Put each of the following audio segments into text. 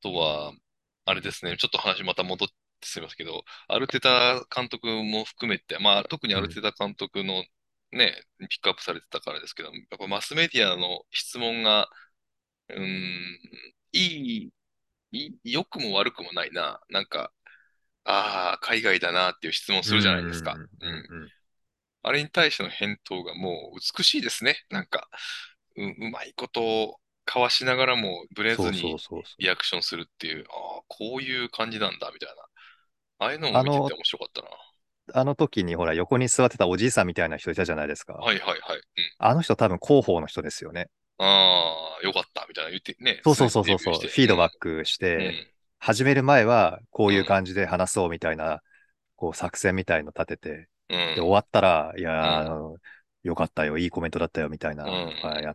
とは、あれですね、ちょっと話また戻ってすみませんけど、アルテタ監督も含めて、まあ、特にアうん。 ルテタ監督のね、ピックアップされてたからですけど、やっぱマスメディアの質問が、うーん、い良くも悪くもないな。なんか、ああ、海外だなっていう質問うん、 するじゃないですか。 うん、 うん。 うん。 あれに対しての返答がもう美しいですね。なんか、うまいことを交わしながらもブレそうそずにうそうそう。 リアクションするっていう、ああ、こういう感じなんだ、みたいな。ああいうのもあの、 見てて面白かったな。 あの時にほら、横に座ってたおじいさんみたいな人いたじゃないですか。 はいはいはい。うん。 あの人多分広報の人ですよね。 ああ、よかった、みたいな言ってね、 そうそう常にそうそうそう。 レビューして。 フィードバックしうん。うて、 ん。 始める前はこううん。 いう感じで話そうみたいな、こう作戦みたいの立てて、 うで、終わったら、いん。 やー、よかったよ、いいコメントだったよみたいうん。うなとかん。 やって、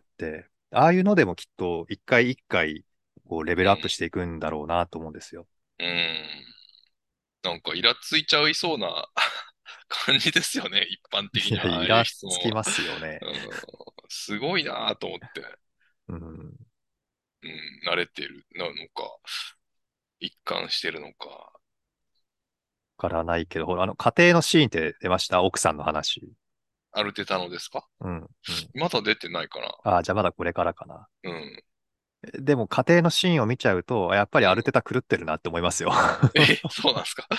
ああいうのでもきっと一回一回、こう、レベルアップうん。 していくんだろうなと思うんですよ。 うん。なんかイラついちゃいそうな感じですよね。一般的いや、 にはああいうイラ質問は。 つきますよね。 うん、すごいなと思って、 うん。 うん、慣れてるなのか、一貫してるのか。 からないけど、ほら、家庭のシーンって出ました奥さんの話。 ある程度のですか？ うん、うん。 まだ出てないかな。 ああ、じゃあまだこれからかな。 うん。 でも家庭のシーンを見ちゃうと、やっぱりうん。 アルテタ狂ってるなって思いますよ。 そうなんですか。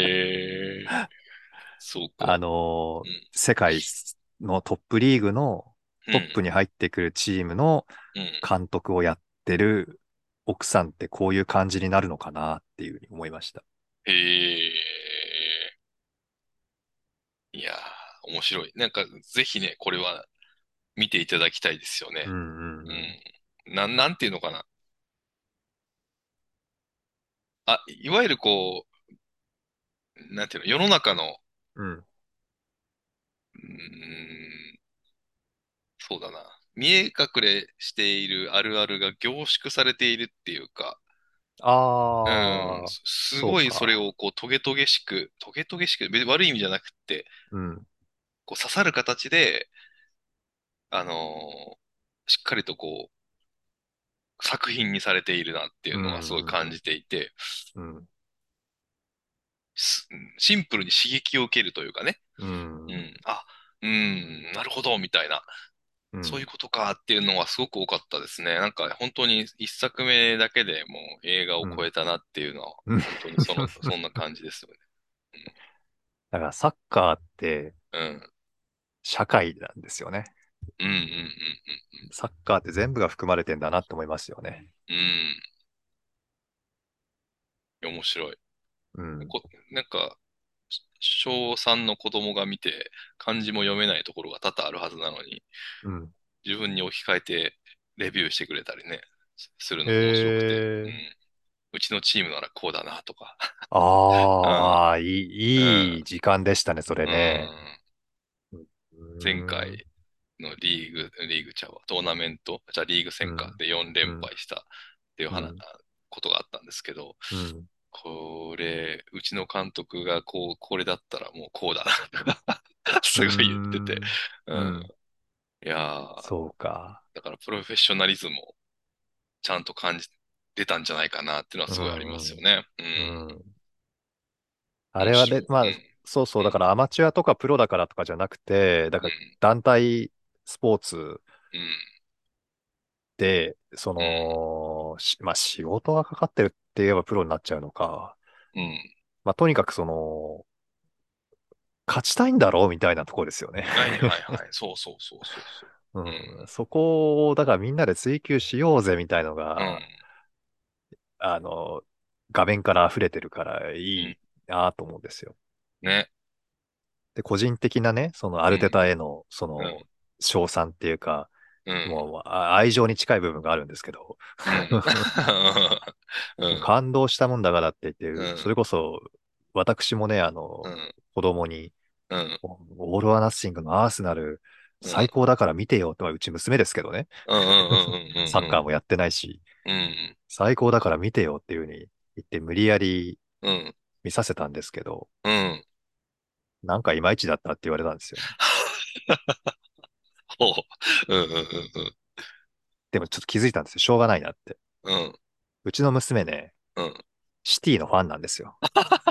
そうか。うん。 世界のトップリーグのうん。 トップに入ってくるチームのうん。 監督をやってる奥さんってこういう感じになるのかなっていうふうに思いました。 へえ。いやー、面白い。なんか、ぜひね、これは見ていただきたいですよね。 うんうんうん。 なんていうのかな。あ、いわゆるこう、なんていうの、世の中の、 うん。 うーん、そうだな。見え隠れしているあるあるが凝縮されているっていうか、うん、 ああ、 すそうごいそれか。 をこうトゲトゲしく、別に悪い意味じゃなくって、 うん。 こう刺さる形で、あのーしっかりとこう、作品にされているなっていううのはすごい感んじていて、 うん。 シンプルに刺激を受けるというかね、 うん。うん。 うん、あ、なるほど、みたいな。そういううん。 ことかっていうのはすごく多かったですね。なんか本当に一作目だけでもう映画をうん。 超えたなっていうのは、 うん。 本当にそんな感じですよね。 だからサッカーってうん。 社会なんですよね。 うん。うん。うん。うん。 サッカーって全部が含まれてんだなって思いますよね。 うん。うん面白い。 うん。 なんか、小3の子供が見て漢字も読めないところが多々あるはずなのに、 うん。 自分に置き換えてレビューしてくれたりね、するのも面白くて、うへえ。 ん。うちのチームならこうだなとか、うん。 ああ、 うん。 いい時間でしたね、それうね。 ん。 う前ーん。 回のリーグちゃうわ、トーナメント、じゃあリーグ戦か、 うん。 で4連うん。 敗したっていううん。 ことがあったんですけど、 うん。 これ、うちの監督がこれだったらもうこうだなとかうーすごい言ってて、 ん。 うん。 うん。 いやー、 そうか。 だからプロフェッショナリズムをちゃんと感じてたんじゃないかなっていうのはうすごいありますよん。 ね。うん。 うん。あれはで、 面白い。 まあ、 うん。 そうそう、だかうん。 らアマチュアとかプロだからとかじゃなくて、だからうん。 団体スポーツうん。 で、 うん。 まあ仕事がかかってるって言えばプロになっちゃうのか。 うん。 まあとにかく勝ちたいんだろうみたいなところですよね。 はいはいはい。そうそうそうそうそう。 うん、そこを、だからみんなで追求しようぜみたいのうん。うん。 が、あの、画面から溢れてるからいうん。 いなと思うんですよ。 ね。 で、個人的なね、そのアルテうん。 タへの、 うん。 称賛っていうか、 うん。 もう愛情に近い部分があるんですけど、 うん。うん。 感動したもんだからって言って、それうん。 こそ、私もね、 うん。 子供に、 うん。 オール・オア・ナッシングのアーセナル、 うん。 最高だから見てよとは、うち娘ですけどね。 うん。うん。うん。 サッカーもやってないし、 うん。 最高だから見てよっていうふうに言って無理やりうん。 見させたんですけど、 うん。 なんかいまいちだったって言われたんですよね。 ほう。うん。うん。うん。 でもちょっと気づいたんですよ。しょうがないなって。 うん。 うちの娘ね、 うん。 シティのファンなんですよ。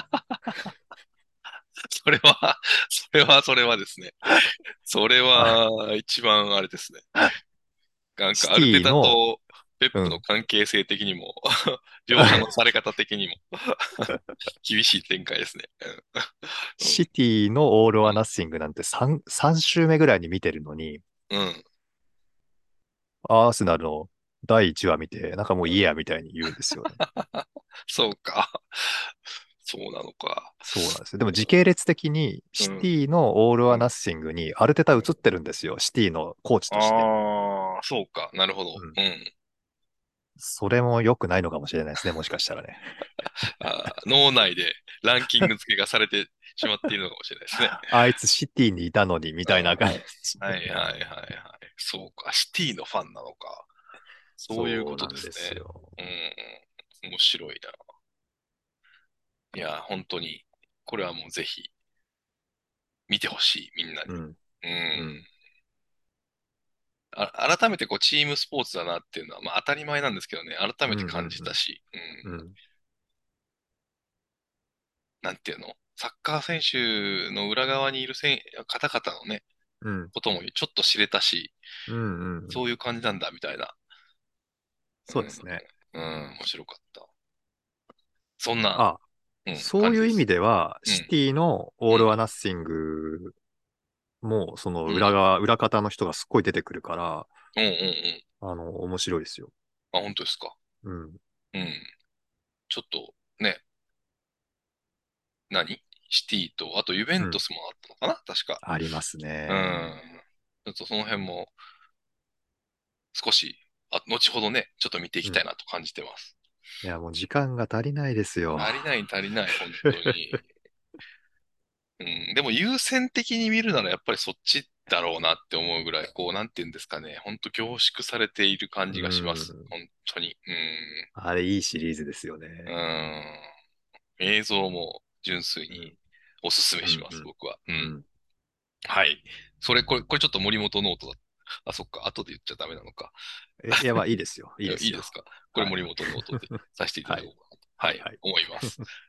それは、それはですね。それあ、 は、一番あれですね。なんか、 シテアルテタィの、 とペップのうん。 関係性的にも描写のされ方的にも厳しい展開ですね。うん。 シティのオール・オア・ナッシングなんて3週目ぐらいに見てるのに、 うん。うん。 アーセナルの第1話見て、なんかもういいやみたいに言うんですよね。 そうか。そうなのか。 そうなんですよ。でも時系列的にうん。 シティのオール・オア・ナッうん。 シングにアルテタ映ってるんですよ。シティのコーチとして。 ああ、そうか。なるほど。 うん。 うん。 それも良くないのかもしれないですね。もしかしたらね。 脳内でランキング付けがされてしまっているのかもしれないですね。 あいつシティにいたのにみうん。 たいな感じ。 はいはいはいはい。そうか。シティのファンなのか。そういうことそうなんでですね。 すよ。 うん。面白いな。いや、本当に、これはもうぜひ見てほしい、みんなに。 うん。 うん。 うん。 改めてこうチームスポーツだなっていうのは、まあ当たり前なんですけどね、改うん。 めて感じうん。 たし、 うん。 なんていうの、サッカー選手の裏側にいる方々のね、 うん。 こともちょっと知れたし、 うん。うん。 そういう感じなんだみたいな。 そうですね。 うん、面白かった。そんな、 あ、 うん、 そういう意味感じです。 では、 うん、 シティのオール・うん、 オア・ナッシングも、そのうん、 裏方の人がすっごい出てくるから、 うん、うん、うん。 面白いですよ。 あ、本当ですか。 うん。 うん。ちょっと、ね、シティと、あとユベうん。 ントスもあったのかな確か。 ありますうね。 ん。ちょっとその辺も少し、後ほどね、ちょっと見ていきうん。 たいなと感じてます。 いや、もう時間が足りないですよ。 足りない足りない、本当に。うん。でも優先的に見るならやっぱりそっちだろうなって思うぐらい、こう、なんていうんですかね。本当凝縮されている感うじがします。 ん。 本当に。 あれ、いいシリーズですようん。 ね。 うん。映像も純粋にうん。 おすすめうん。 します、僕は。ううん。 ん。 うん。 はい。これちょっと森本ノートだ。あ、そっか。後で言っちゃダメなのか。 いや、まあ、いいですよ。いいですよ。 いいですか。これはい。 森本ノートでさせていただはい。 こうかなと。はい。 はい。 思います。